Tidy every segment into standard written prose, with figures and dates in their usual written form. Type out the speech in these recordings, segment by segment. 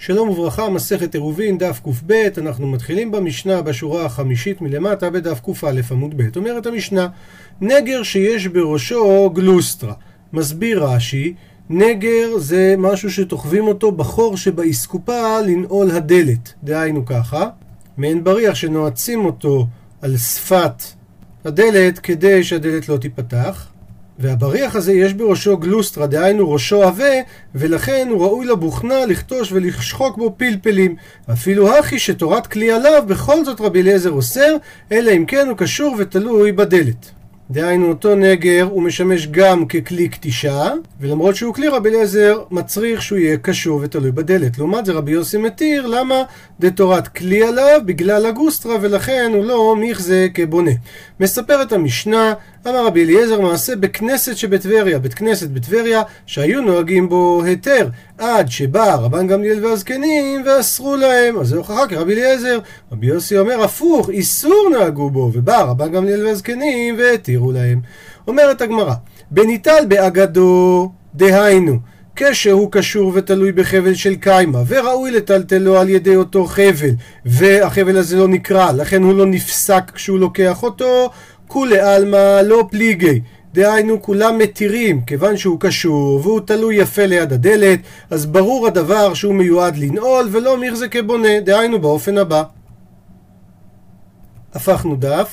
שלום וברכה, מסכת עירובין, דף קב, אנחנו מתחילים במשנה בשורה החמישית מלמטה בדף קא עמוד ב'. אומרת המשנה, נגר שיש בראשו גלוסטרה. מסביר רש"י, נגר זה משהו שתוכבים אותו בחור שבאסקופה לנעול הדלת. דהיינו ככה, מעין בריח שנועצים אותו על שפת הדלת כדי שהדלת לא תיפתח. והבריח הזה יש בראשו גלוסטרה, דהיינו ראשו עבה, ולכן הוא ראוי לבוכנה לכתוש ולשחוק בו פלפלים. אפילו הכי שתורת כלי עליו, בכל זאת רבי אליעזר אוסר, אלא אם כן הוא קשור ותלוי בדלת. דהיינו אותו נגר הוא משמש גם ככלי קטישה, ולמרות שהוא כלי רבי אליעזר מצריך שהוא יהיה קשור ותלוי בדלת. לעומת זה רבי יוסי מתיר, למה? דתורת כלי עליו בגלל הגוסטרה, ולכן הוא לא מיחזה כבונה. מספרת המשנה, אמר רבי אליעזר מעשה בכנסת שבטבריה, בית כנסת בטבריה שהיו נוהגים בו היתר, עד שבא רבן גמליאל והזקנים ואסרו להם. אז זה הוכחה כרבי אליעזר. רבי יוסי אומר הפוך, איסור נהגו בו, ובא רבן גמליאל והזקנים והתירו להם. אומרת הגמרא, בניטל באגדו, דהיינו כשהוא קשור ותלוי בחבל של קיימה וראוי לטלטלו על ידי אותו חבל, והחבל הזה לא נקרע, לכן הוא לא נפסק כשהוא לוקח אותו, כולי עלמא לא פליגי, דהיינו כולם מתירים, כיוון שהוא קשור והוא תלוי יפה ליד הדלת, אז ברור הדבר שהוא מיועד לנעול ולא מיחזה כבונה. דהיינו באופן הבא, הפכנו דף,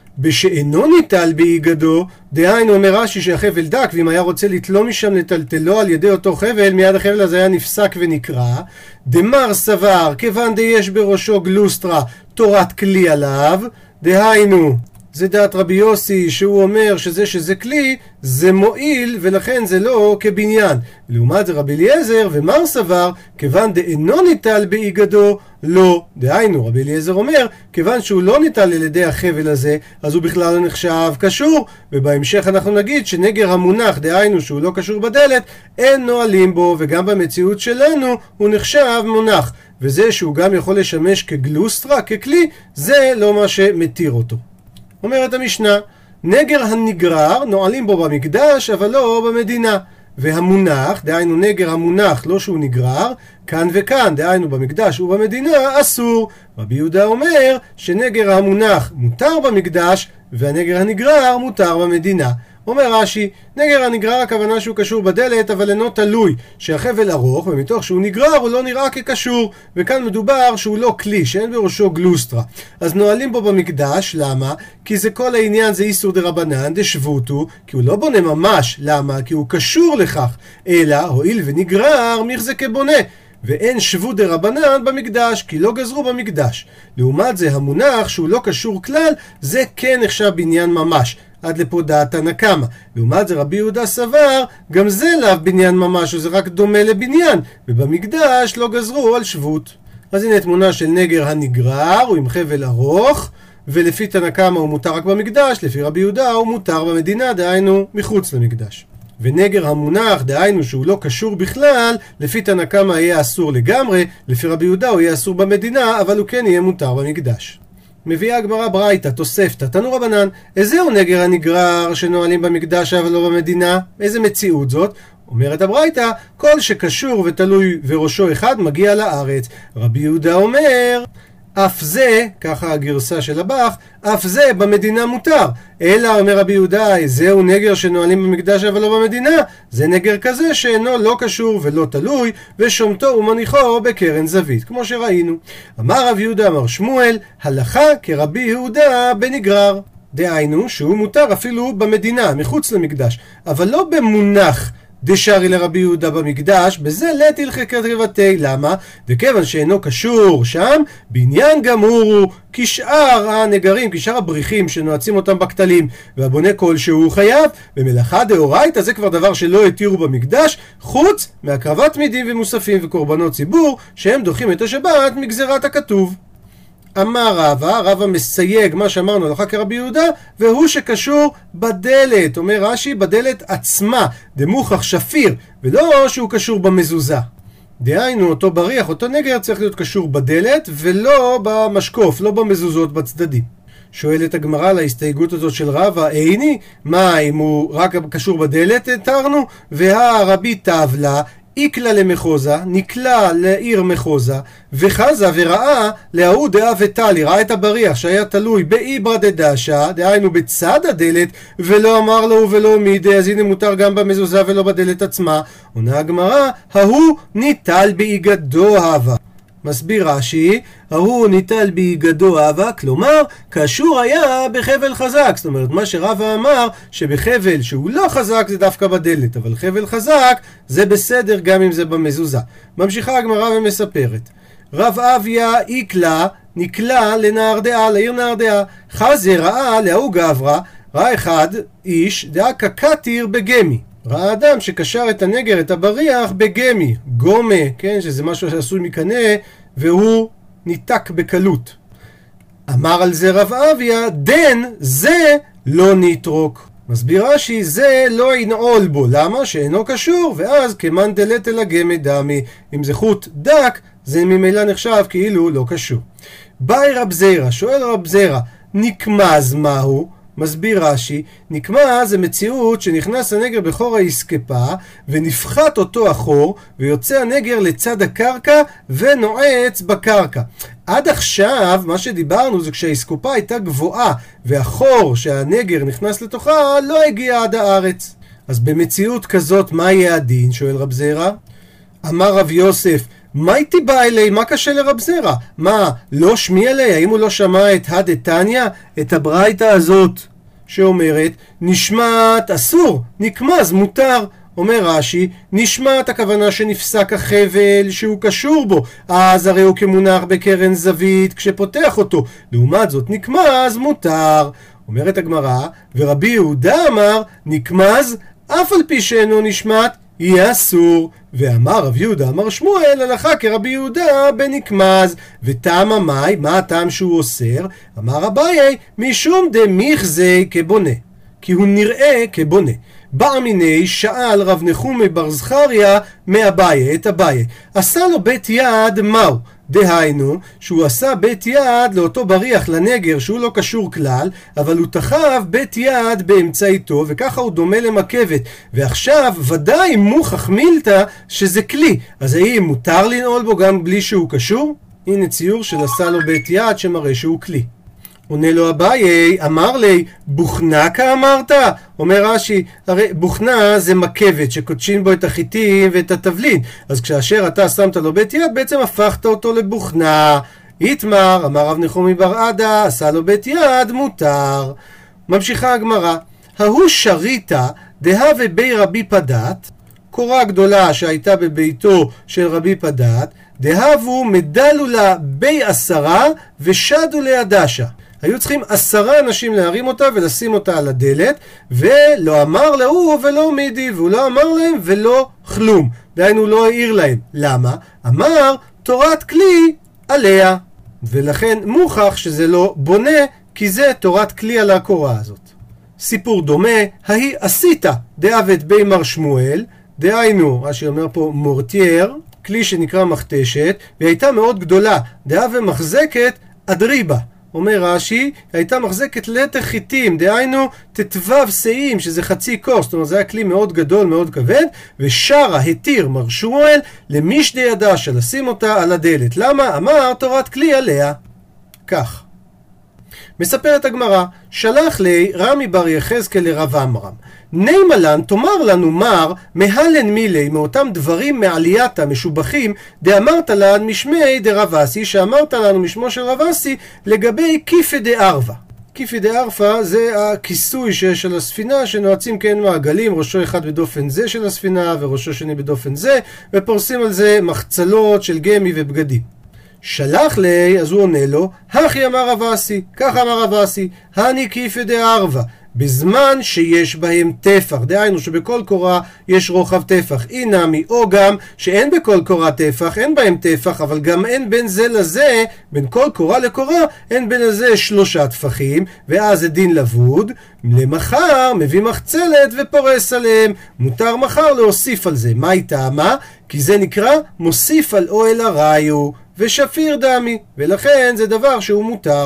בשאינו ניטל באיגדו, דהיינו אומר רש"י שהחבל דק, ואם היה רוצה לתלום משם לטלטלו על ידי אותו חבל, מיד החבל הזה היה נפסק ונקרע. דמר סבר, כיוון יש בראשו גלוסטרה, תורת כלי עליו, דהיינו זה דעת רבי יוסי שהוא אומר שזה כלי זה מועיל ולכן זה לא כבניין. לעומת זה רבי אליעזר ומר סבר, כיוון דאינו ניטל באיגדו לא, דהיינו רבי אליעזר אומר כיוון שהוא לא ניטל על ידי החבל הזה אז הוא בכלל לא נחשב קשור, ובהמשך אנחנו נגיד שנגר המונח, דהיינו שהוא לא קשור בדלת, אין נועלים בו, וגם במציאות שלנו הוא נחשב מונח, וזה שהוא גם יכול לשמש כגלוסטרה, ככלי, זה לא מה שמתיר אותו. אומרת המשנה, נגר הנגרר נועלים בו במקדש אבל לא במדינה, והמונח, דהיינו נגר המונח לא שהוא נגרר, כאן וכאן, דהיינו במקדש ובמדינה, אסור. רבי יהודה אומר שנגר המונח מותר במקדש והנגר הנגרר מותר במדינה. אומר רש"י, נגר הנגרר הכוונה שהוא קשור בדלת אבל אינו תלוי, שהחבל ארוך ומתוך שהוא נגרר הוא לא נראה כקשור, וכאן מדובר שהוא לא כלי, שאין בראשו גלוסטרה, אז נועלים בו במקדש. למה? כי זה כל העניין זה איסור דרבנן דשבותו, כי הוא לא בונה ממש. למה? כי הוא קשור לכך, אלא הואיל ונגרר מיחזה כבונה, ואין שבו דרבנן במקדש, כי לא גזרו במקדש. לעומת זה המונח שהוא לא קשור כלל, זה כן נחשב בניין ממש. עד לפה דעת תנא קמא. לעומת זה רבי יהודה סבר, גם זה לאו בניין ממש, וזה רק דומה לבניין, ובמקדש לא גזרו על שבות. אז הנה תמונה של נגר הנגרר, הוא עם חבל ארוך, ולפי תנא קמא הוא מותר רק במקדש, לפי רבי יהודה הוא מותר במדינה, דהיינו מחוץ למקדש. ונגר המונח, דהיינו שהוא לא קשור בכלל, לפי תנא קמא יהיה אסור לגמרי, לפי רבי יהודה הוא יהיה אסור במדינה, אבל הוא כן יהיה מותר במקדש. מביאה הגמרא ברייתא, תוספתא, תנו רבנן, איזהו נגר הנגרר שנועלים במקדש אבל לא במדינה? איזה מציאות זאת? אומרת הברייתא, כל שקשור ותלוי וראשו אחד מגיע לארץ. רבי יהודה אומר, אף זה, ככה הגרסה של הבח, אף זה במדינה מותר. אלא אומר רבי יהודה, זהו נגר שנועלים במקדש אבל לא במדינה, זה נגר כזה שאינו לא קשור ולא תלוי, ושומתו ומניחו בקרן זווית, כמו שראינו. אמר רבי יהודה אמר שמואל, הלכה כרבי יהודה בנגרר, דהיינו שהוא מותר אפילו במדינה, מחוץ למקדש, אבל לא במונח דשארי לרבי יהודה במקדש, בזה לית הלכי כתיבתי. למה? וכיוון שאינו קשור שם, בניין גמור הוא כשאר הנגרים, כשאר הבריחים שנועצים אותם בכתלים, והבונה כלשהו חייב, במלאכה דאורייתא זה כבר דבר שלא התירו במקדש, חוץ מהקרבת מידים ומוספים וקורבנות ציבור, שהם דוחים את השבת מגזרת הכתוב. אמר רבא מסייג מה שאמרנו הלכה כרבי יהודה, והוא שקשור בדלת. אומר רש"י בדלת עצמה, דמוכח שפיר, ולא שהוא קשור במזוזה. דהיינו אותו בריח, אותו נגר צריך להיות קשור בדלת ולא במשקוף, לא במזוזות בצדדים. שואלת הגמרא על ההסתייגות הזאת של רבא, איני, מה אם הוא רק קשור בדלת התרנו? והרבי טבלה, איקלה למחוזה, נקלע לעיר מחוזה, וחזה וראה להוא דאה ותלי, ראה את הבריח שהיה תלוי באיברא דדשא, דהיינו בצד הדלת, ולא אמר לו ולא מידי, אז הנה מותר גם במזוזה ולא בדלת עצמה. עונה הגמרא, ההוא ניטל באיגדו הווה. מסביר רש"י, ההוא ניטל באיגדו הווה, כלומר, קשור היה בחבל חזק. זאת אומרת, מה שרבא אמר, שבחבל שהוא לא חזק זה דווקא בדלת, אבל חבל חזק זה בסדר גם אם זה במזוזה. ממשיכה הגמרא ומספרת. רב אביה איקלה נקלע לנהרדעה, לעיר נהרדעה. חזה ראה להוא גברא, ראה אחד איש דאה קקטיר בגמי. ראה אדם שקשר את הנגר, את הבריח, בגמי, גומה, כן, שזה משהו שעשוי מקנה, והוא ניתק בקלות. אמר על זה רב אביה, דן זה לא ניטרוק. מסביר רש"י, זה לא ינעול בו. למה? שאינו קשור, ואז כמן דלת אל הגמי דמי. אם זה חוט דק, זה ממילא נחשב כאילו לא קשור. באי רב זירא, שואל רב זירא, נקמז מהו? מסביר רש"י, נקמה זה מציאות שנכנס הנגר בחור האסקפה ונפחת אותו החור ויוצא הנגר לצד הקרקע ונועץ בקרקע. עד עכשיו מה שדיברנו זה כשהאסקופה הייתה גבוהה והחור שהנגר נכנס לתוכה לא הגיע עד הארץ. אז במציאות כזאת מה יהיה הדין? שואל רב זירא. אמר רב יוסף, מה איתי בא אלי? מה קשה לרב זירא? מה, לא שמי אלי? האם הוא לא שמע את הדתניא? את הברייתא הזאת שאומרת, נשמעת אסור, נקמז מותר. אומר רש"י, נשמעת הכוונה שנפסק החבל שהוא קשור בו, אז הרי הוא כמונח בקרן זווית כשפותח אותו. לעומת זאת, נקמז מותר. אומרת הגמרא, ורבי יהודה אמר, נקמז אף על פי שאינו נשמעת, יהיה אסור. ואמר רב יהודה אמר שמואל הלכה כרבי יהודה בנקמז. וטעם המאי, מה הטעם שהוא אוסר? אמר אביי, משום דמיחזי כבונה, כי הוא נראה כבונה. בא מיני שאל רב נחומי בר זכריה מאביי את אביי, עשה לו בית יד מהו? דהיינו שהוא עשה בית יד לאותו בריח לנגר שהוא לא קשור כלל, אבל הוא תחב בית יד באמצעיתו וככה הוא דומה למקבת, ועכשיו ודאי מוכח מילתא שזה כלי, אז האם מותר לנעול בו גם בלי שהוא קשור? הנה ציור של עשה לו בית יד שמראה שהוא כלי. עונה לו אביי, אמר לי, בוכנה כאמרת? אומר רש"י, הרי בוכנה זה מקבת שקודשים בו את החיטים ואת התבלין, אז כשאשר אתה שמת לו בית יד בעצם הפכת אותו לבוכנה. איתמר, אמר רב נחומי בר עדה, עשה לו בית יד מותר. ממשיכה הגמרא, ההוא שריטה דהווה בי רבי פדת, קורה גדולה שהייתה בביתו של רבי פדת, דהבו מדלו לה בי 10 ושדו לידשה. היו צריכים 10 אנשים להרים אותה ולשים אותה על הדלת, ולא אמר להוא ולא מידי, והוא לא אמר להם ולא כלום. דהיינו לא העיר להם. למה? אמר תורת כלי עליה. ולכן מוכח שזה לא בונה, כי זה תורת כלי על הקורה הזאת. סיפור דומה, ההיא עשיתה דעבד בי מר שמואל, דהיינו, רש"י אומר פה מורטייר, כלי שנקרא מכתשת, והיא הייתה מאוד גדולה, דהווה מחזקת אדריבה. אומר רש"י, הייתה מחזקת לטר חיטים, דהיינו תתבב שאים, שזה חצי כוס, זאת אומרת זה היה כלי מאוד גדול, מאוד כבד, ושרה התיר מר שמואל למישדי ידשה, לשים אותה על הדלת. למה? אמר תורת כלי עליה. כך. מספרת הגמרא, שלח לי רמי בר יחזקאל לרב עמרם, נימלן תאמר לנו מר מהלן מילי, מאותם דברים מעלייתה משובחים דאמרת לן משמי דרב אסי, שאמרת לנו משמו של רב אסי לגבי כיפי דערווה. כיפי דערווה זה הכיסוי של הספינה שנועצים כאין מעגלים, ראשו אחד בדופן זה של הספינה וראשו שני בדופן זה, ופורסים על זה מחצלות של גמי ובגדים. שלח לי, אז הוא עונה לו, הכי אמר רב אסי, כך אמר רב אסי, הני כיפי דערווה, בזמן שיש בהם טפח, דהיינו שבכל קורה יש רוחב טפח. אינמי, או גם שאין בכל קורה טפח, אין בהם טפח, אבל גם אין בין זה לזה, בין כל קורה לקורה, אין בין לזה 3 טפחים, ואז זה דין לבוד. למחר מביא מחצלת ופורס עליהם, מותר מחר להוסיף על זה. מה הייתה? מה? כי זה נקרא מוסיף על אוהל הראיו ושפיר דמי, ולכן זה דבר שהוא מותר.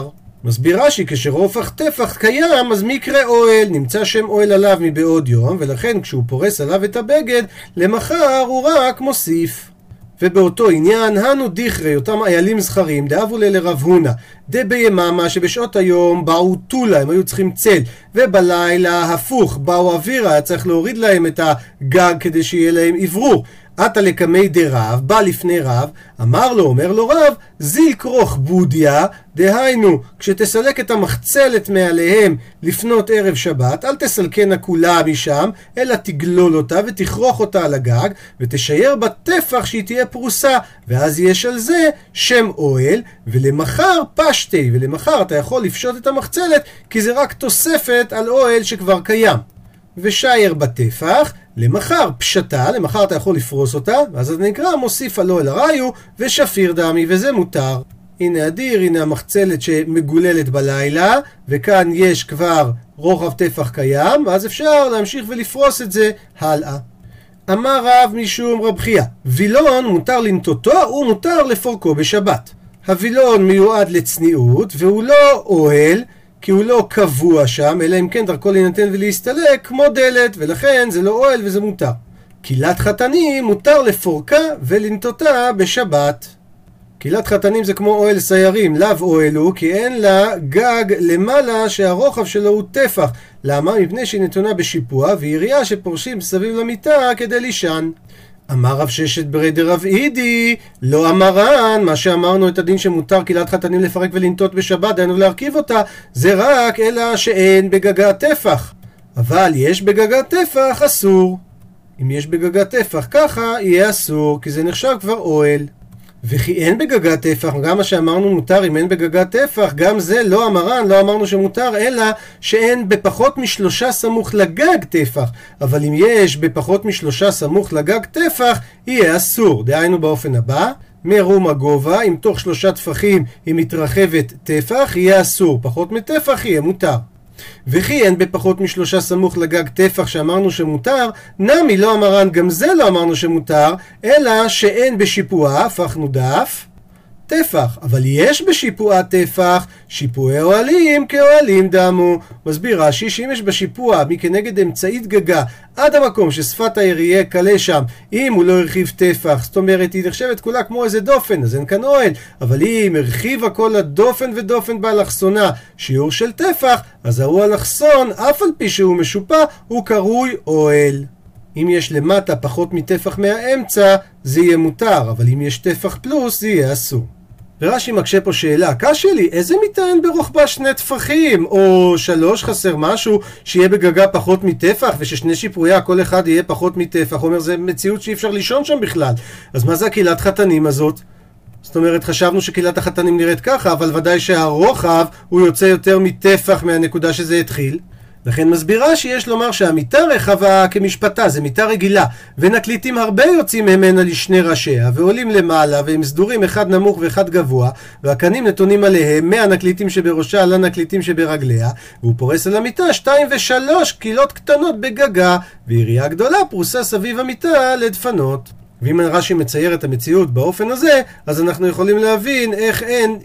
מסביר רש"י, כשרופח טפח קיים, אז מקרה אוהל, נמצא שם אוהל עליו מבעוד יום, ולכן כשהוא פורס עליו את הבגד, למחר הוא רק מוסיף. ובאותו עניין, הנו דיכרי, אותם איילים זכרים, דאבו לרב הונא, ביממה שבשעות היום באו טולה, הם היו צריכים צל, ובלילה הפוך, באו אווירה, היה צריך להוריד להם את הגג כדי שיהיה להם עברור. עתה לקמי דרב, בא לפני רב, אומר לו רב, זיל כרוך בודיה, דהיינו, כשתסלק את המחצלת מעליהם לפנות ערב שבת, אל תסלקנה כולה משם, אלא תגלול אותה ותכרוך אותה על הגג, ותשייר בטפח שהיא תהיה פרוסה, ואז יש על זה שם אוהל, ולמחר פשטי, ולמחר אתה יכול לפשוט את המחצלת, כי זה רק תוספת על אוהל שכבר קיים. ושייר בטפח, למחר פשטה, למחר אתה יכול לפרוס אותה, ואז זה נקרא מוסיף על אוהל הראיו ושפיר דמי, וזה מותר. הנה אדיר, הנה המחצלת שמגוללת בלילה, וכאן יש כבר רוחב טפח קיים, אז אפשר להמשיך ולפרוס את זה הלאה. אמר רב משום רב חייא, וילון מותר לנטוטו ומותר לפורקו בשבת. הוילון מיועד לצניעות, והוא לא אוהל, כי הוא לא קבוע שם, אלא אם כן דרכו להינתן ולהסתלק כמו דלת, ולכן זה לא אוהל וזה מותר. קהילת חתנים מותר לפורקה ולנטוטה בשבת. קהילת חתנים זה כמו אוהל סיירים, לאו אוהל הוא, כי אין לה גג למעלה שהרוחב שלו הוא טפח. למה? מפני שהיא נתונה בשיפוע, וירייה שפורשים סביב למיטה כדי לישן. אמר רב ששת ברי דרב אידי, לא אמרן, מה שאמרנו את הדין שמותר קהילת חתנים לפרק ולנטות בשבת, דהיינו להרכיב אותה, זה רק אלא שאין בגגה טפח. אבל יש בגגה טפח אסור. אם יש בגגה טפח ככה, יהיה אסור, כי זה נחשב כבר אוהל. וכי אין בגגה טפח, גם מה שאמרנו מותר אם אין בגגה טפח, גם זה לא אמרן, לא אמרנו שמותר, אלא שאין בפחות משלושה סמוך לגג טפח. אבל אם יש בפחות משלושה סמוך לגג טפח, יהיה אסור. דהיינו באופן הבא, מרום הגובה, אם תוך 3 טפחים היא מתרחבת טפח, יהיה אסור. פחות מטפח יהיה מותר. וכי אין בפחות מ3 סמוך לגג טפח שאמרנו שמותר, נמי לא אמרן, גם זה לא אמרנו שמותר, אלא שאין בשיפועה, הפכנו דף, טפח. אבל יש בשיפועה טפח, שיפועי אוהלים כאוהלים דמו. מסביר רש"י שאם יש בשיפוע מכנגד אמצעית גגה עד המקום ששפת העיר יהיה קלה שם, אם הוא לא הרחיב טפח, זאת אומרת היא נחשבת כולה כמו איזה דופן, אז אין כאן אוהל. אבל אם הרחיבה כל הדופן ודופן באלכסונה שיעור של טפח, אז ההוא אלכסון, אף על פי שהוא משופע, הוא קרוי אוהל. אם יש למטה פחות מטפח מהאמצע, זה יהיה מותר, אבל אם יש טפח פלוס, זה יהיה אסור. ורש"י מקשה פה שאלה, קשה לי, איזה מיטה אין ברוחבה 2 טפחים, או 3 חסר משהו, שיהיה בגגה פחות מטפח, וששני שיפויה כל אחד יהיה פחות מטפח. הוא אומר, זה מציאות שאי אפשר לישון שם בכלל. אז מה זה הקהילת חתנים הזאת? זאת אומרת, חשבנו שקהילת החתנים נראית ככה, אבל ודאי שהרוחב הוא יוצא יותר מטפח מהנקודה שזה התחיל. לכן מסבירה שיש לומר שהמיטה רחבה כמשפטה, זה מיטה רגילה, ונקליטים הרבה יוצאים ממנה לשני ראשיה, ועולים למעלה, והם סדורים אחד נמוך ואחד גבוה, והקנים נתונים עליהם מהנקליטים שבראשה לנקליטים שברגליה, והוא פורס על המיטה 2 ו3 קהילות קטנות בגגה, וירייה גדולה פרוסה סביב המיטה לדפנות. ואם רש"י מצייר את המציאות באופן הזה, אז אנחנו יכולים להבין איך אין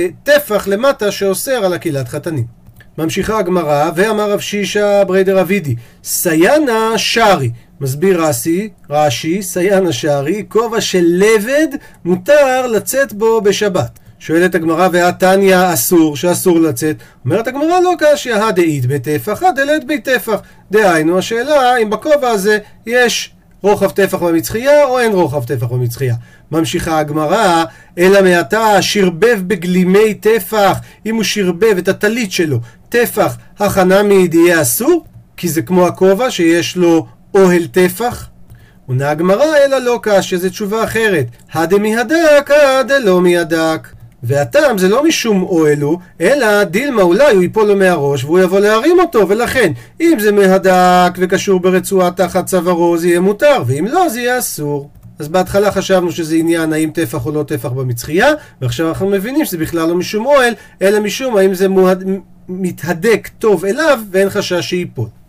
טפח למטה שאוסר על הקהילת חתנים. ממשיכה הגמרא, ואמר רב שישא ברי דרב אידי, סיינה שרי. מסביר רש"י, סיינה שרי, כובע של לבד מותר לצאת בו בשבת. שואלת הגמרא, והתניא אסור, שאסור לצאת. אומרת הגמרא, לא קשיא, הדאית בטפח, הדלת בטפח. דהיינו, השאלה אם בכובע הזה יש רוחב טפח במצחייה או אין רוחב טפח במצחייה. ממשיכה הגמרא, אלא מעתה שרבב בגלימי טפח, אם הוא שרבב את הטלית שלו טפח, הכנה מיד יהיה אסור, כי זה כמו הכובע שיש לו אוהל טפח. עונה הגמרא, אלא לא קשיא, זו תשובה אחרת, הדמי הדק, הדלא מיהדק. והטעם זה לא משום אוהלו, אלא דילמה אולי הוא ייפול לו מהראש והוא יבוא להרים אותו, ולכן אם זה מהדק וקשור ברצועה תחת צווארו זה יהיה מותר, ואם לא זה יהיה אסור. אז בהתחלה חשבנו שזה עניין האם טפח או לא טפח במצחייה, ועכשיו אנחנו מבינים שזה בכלל לא משום אוהל, אלא משום האם זה מתהדק טוב אליו ואין חשש שיפול.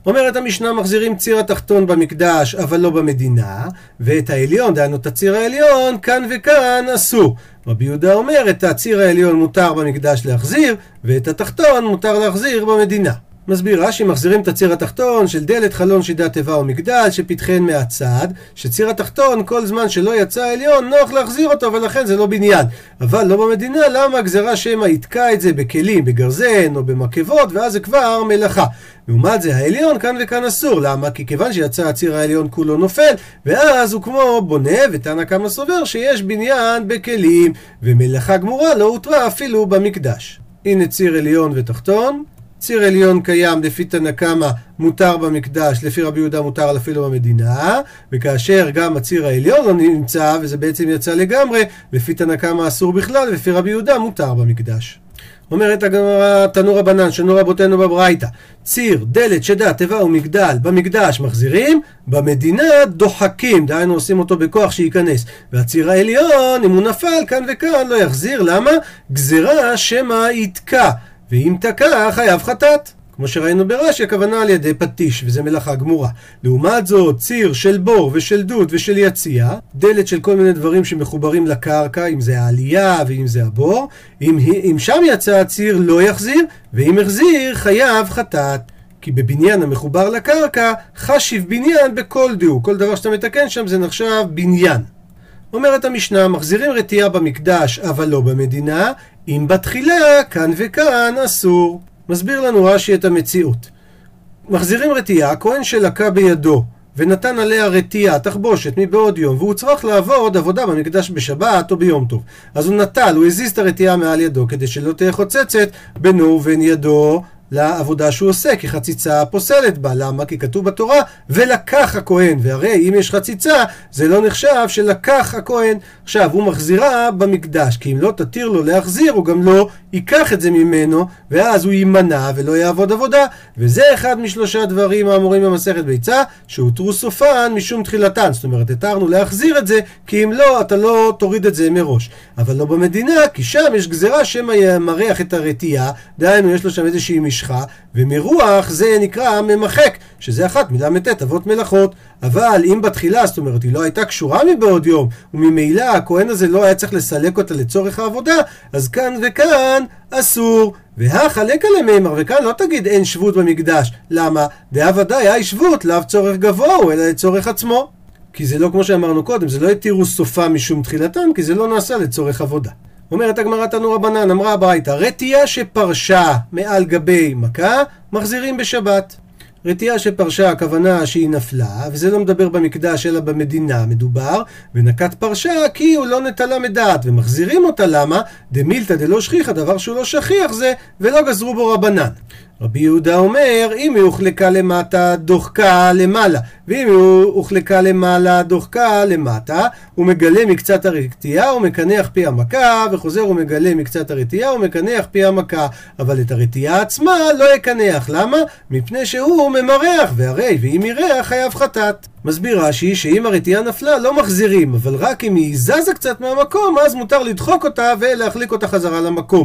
אומרת המשנה, מחזירים ציר התחתון במקדש אבל לא במדינה, ואת העליון, דהיינו את הציר העליון, כאן וכאן אסור. רבי יהודה אומר, את הציר העליון מותר במקדש להחזיר, ואת התחתון מותר להחזיר במדינה. מסביר רש"י, מחזירים את הציר התחתון של דלת, חלון, שידה, תיבה או מגדל שפתחן מהצד, שציר התחתון כל זמן שלא יצא העליון נוח להחזיר אותו, ולכן זה לא בניין. אבל לא במדינה. למה? גזרה שמא יתקע את זה בכלים, בגרזן או במקבות, ואז זה כבר מלאכה. לעומת זה העליון כאן וכאן אסור. למה? כי כיוון שיצא הציר העליון כולו נופל, ואז הוא כמו בונה, ותנא קמא סובר שיש בניין בכלים, ומלאכה גמורה לא הותרה אפילו במקדש. הנה ציר עליון ותחתון. ציר עליון קיים לפי תנא קמא מותר במקדש, לפי רבי יהודה מותר אפילו במדינה, וכאשר גם הציר העליון לא נמצא, וזה בעצם יצא לגמרי, לפי תנא קמא אסור בכלל, ולפי רבי יהודה מותר במקדש. אומרת הגמרא, תנו רבנן, שנו רבותינו בברייתא, ציר, דלת, שדה, תיבה ומגדל במקדש מחזירים, במדינה דוחקים, דהיינו עושים אותו בכוח שייכנס. והציר העליון, אם הוא נפל כאן וכאן, לא יחזיר. למה? גזרה שמא יתקע, ואם תקע חייב חטאת. כמו שראינו ברש"י, הכוונה על ידי פטיש, וזה מלאכה גמורה. לעומת זאת, ציר של בור ושל דוד ושל יציאה, דלת של כל מיני דברים שמחוברים לקרקע, אם זה העלייה ואם זה הבור, אם שם יצא הציר לא יחזיר, ואם החזיר חייב חטאת. כי בבניין המחובר לקרקע, חשיב בניין בכל דהו. כל דבר שאתה מתקן שם זה נחשב בניין. אומרת המשנה, מחזירים רתיעה במקדש אבל לא במדינה, אם בתחילה כאן וכאן אסור. מסביר לנו רש"י את המציאות. מחזירים רתיעה, כהן שלקה בידו ונתן עליה רתיעה, תחבושת מבעוד יום, והוא צריך לעבוד עבודה במקדש בשבת או ביום טוב. אז הוא נטל, הוא הזיז את הרתיעה מעל ידו כדי שלא תהיה חוצצת בינו ובין ידו לעבודה שהוא עושה, כי חציצה פוסלת בה. למה? כי כתוב בתורה ולקח הכהן, והרי אם יש חציצה זה לא נחשב שלקח הכהן. עכשיו הוא מחזירה במקדש, כי אם לא תתיר לו להחזיר הוא גם לא ייקח את זה ממנו, ואז הוא יימנע ולא יעבוד עבודה. וזה אחד משלושה דברים האמורים במסכת ביצה שהותרו סופן משום תחילתן. זאת אומרת, התרנו להחזיר את זה, כי אם לא אתה לא תוריד את זה מראש. אבל לא במדינה, כי שם יש גזרה שמא ימרח את הרתיעה, דהיינו יש לו שם איזושהי משחה, ומרוח זה נקרא ממחק, שזה אחת מל"ט אבות מלאכות. אבל אם בתחילה, זאת אומרת, היא לא הייתה קשורה מבעוד יום, וממילא הכהן הזה לא היה צריך לסלק אותה לצורך העבודה, אז כאן וכאן אסור. והחלק עליהם, וכאן לא תגיד אין שבות במקדש. למה? דעה ודאי היה שבות, לאו צורך גבוה, אלא לצורך עצמו. כי זה לא כמו שאמרנו קודם, זה לא התירו סופה משום תחילתם, כי זה לא נעשה לצורך עבודה. אומרת הגמרא, תנו רבנן, אמרה הברייתא, רתיעה שפרשה מעל גבי מכה, מחזירים בשבת. רתיעה שפרשה, הכוונה שהיא נפלה, וזה לא מדבר במקדש אלא במדינה מדובר, ונקת פרשה כי הוא לא נטלה מדעת, ומחזירים אותה. למה? דמילתא דלא שכיחא, דבר שהוא לא שכיח זה, ולא גזרו בו רבנן. רבי יהודה אומר, אם היא הוחלקה למטה, דוחקה למעלה, ואם היא הוחלקה למעלה, דוחקה למטה, הוא מגלה מקצת הרתיעה, הוא מקנח פי המכה, וחוזר הוא מגלה מקצת הרתיעה, הוא מקנח פי המכה, אבל את הרתיעה עצמה לא יקנח. למה? מפני שהוא ממרח, והרי ואם ירח חייב חטאת. מסביר רש"י שאם הרתיעה נפלה לא מחזירים, אבל רק אם היא זזה קצת מהמקום, אז מותר לדחוק אותה ולהחליק אותה חזרה למקום.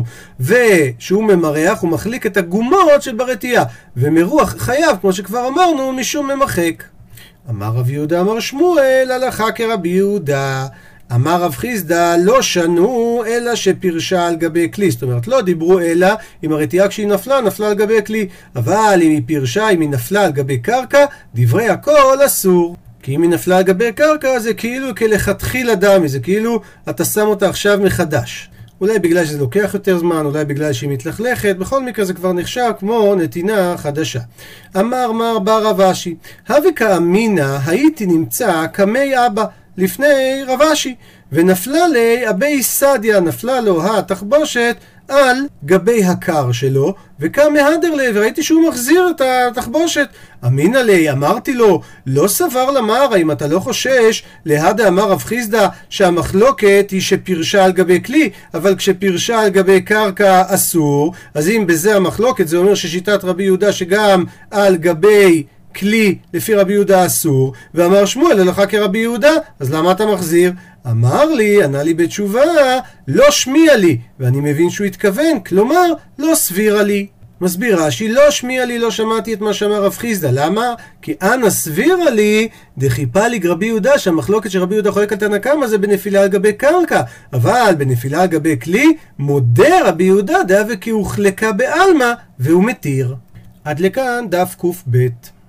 ושהוא ממרח, הוא מחליק את הגומות של ברתיעה, ומרוח חייב, כמו שכבר אמרנו, משום ממחק. אמר רב יהודה אמר שמואל, הלכה כרבי יהודה. אמר רב חיסדא, לא שנו אלא שפרשה על גבי כלי. זאת אומרת, לא דיברו אלא אם הרתיעה כשהיא נפלה, נפלה על גבי כלי. אבל אם היא פרשה, אם היא נפלה על גבי קרקע, דברי הכל אסור. כי אם היא נפלה על גבי קרקע, זה כאילו כלכתחילה דמי, זה כאילו אתה שם אותה עכשיו מחדש. אולי בגלל שזה לוקח יותר זמן, אולי בגלל שהיא מתלכלכת, בכל מקרה זה כבר נחשב כמו נתינה חדשה. אמר מר בר רב אשי, הווה כאמינא הייתי נמצא כמי אבא לפני רב אשי, ונפלה לי אבי סדיה, נפלה לו התחבושת על גבי הקר שלו, וקם מהדר לי, וראיתי שהוא מחזיר את התחבושת. אמינא לי, אמרתי לו, לא סבר למר, האם אתה לא חושש להדה אמר רב חיסדא שהמחלוקת היא שפרשה על גבי כלי, אבל כשפרשה על גבי קרקע אסור. אז אם בזה המחלוקת, זה אומר ששיטת רבי יהודה שגם על גבי כלי לפי רבי יהודה אסור, ואמר שמואל הלכה כרבי יהודה, אז למה אתה מחזיר? אמר לי, ענה לי בתשובה, לא שמיע לי, ואני מבין שהוא התכוון, כלומר לא סבירה לי. מסביר רש"י, לא שמיע לי, לא שמעתי את מה שאמר רב חיסדא. למה? כי אנא סבירה לי דחיפה לי רבי יהודה, שהמחלוקת של רבי יהודה חולק על תנא קמא זה בנפילה על גבי קרקע, אבל בנפילה על גבי כלי מודה רבי יהודה דהווה כי הוחלקה בעלמא והוא מתיר. עד לכאן דף קב.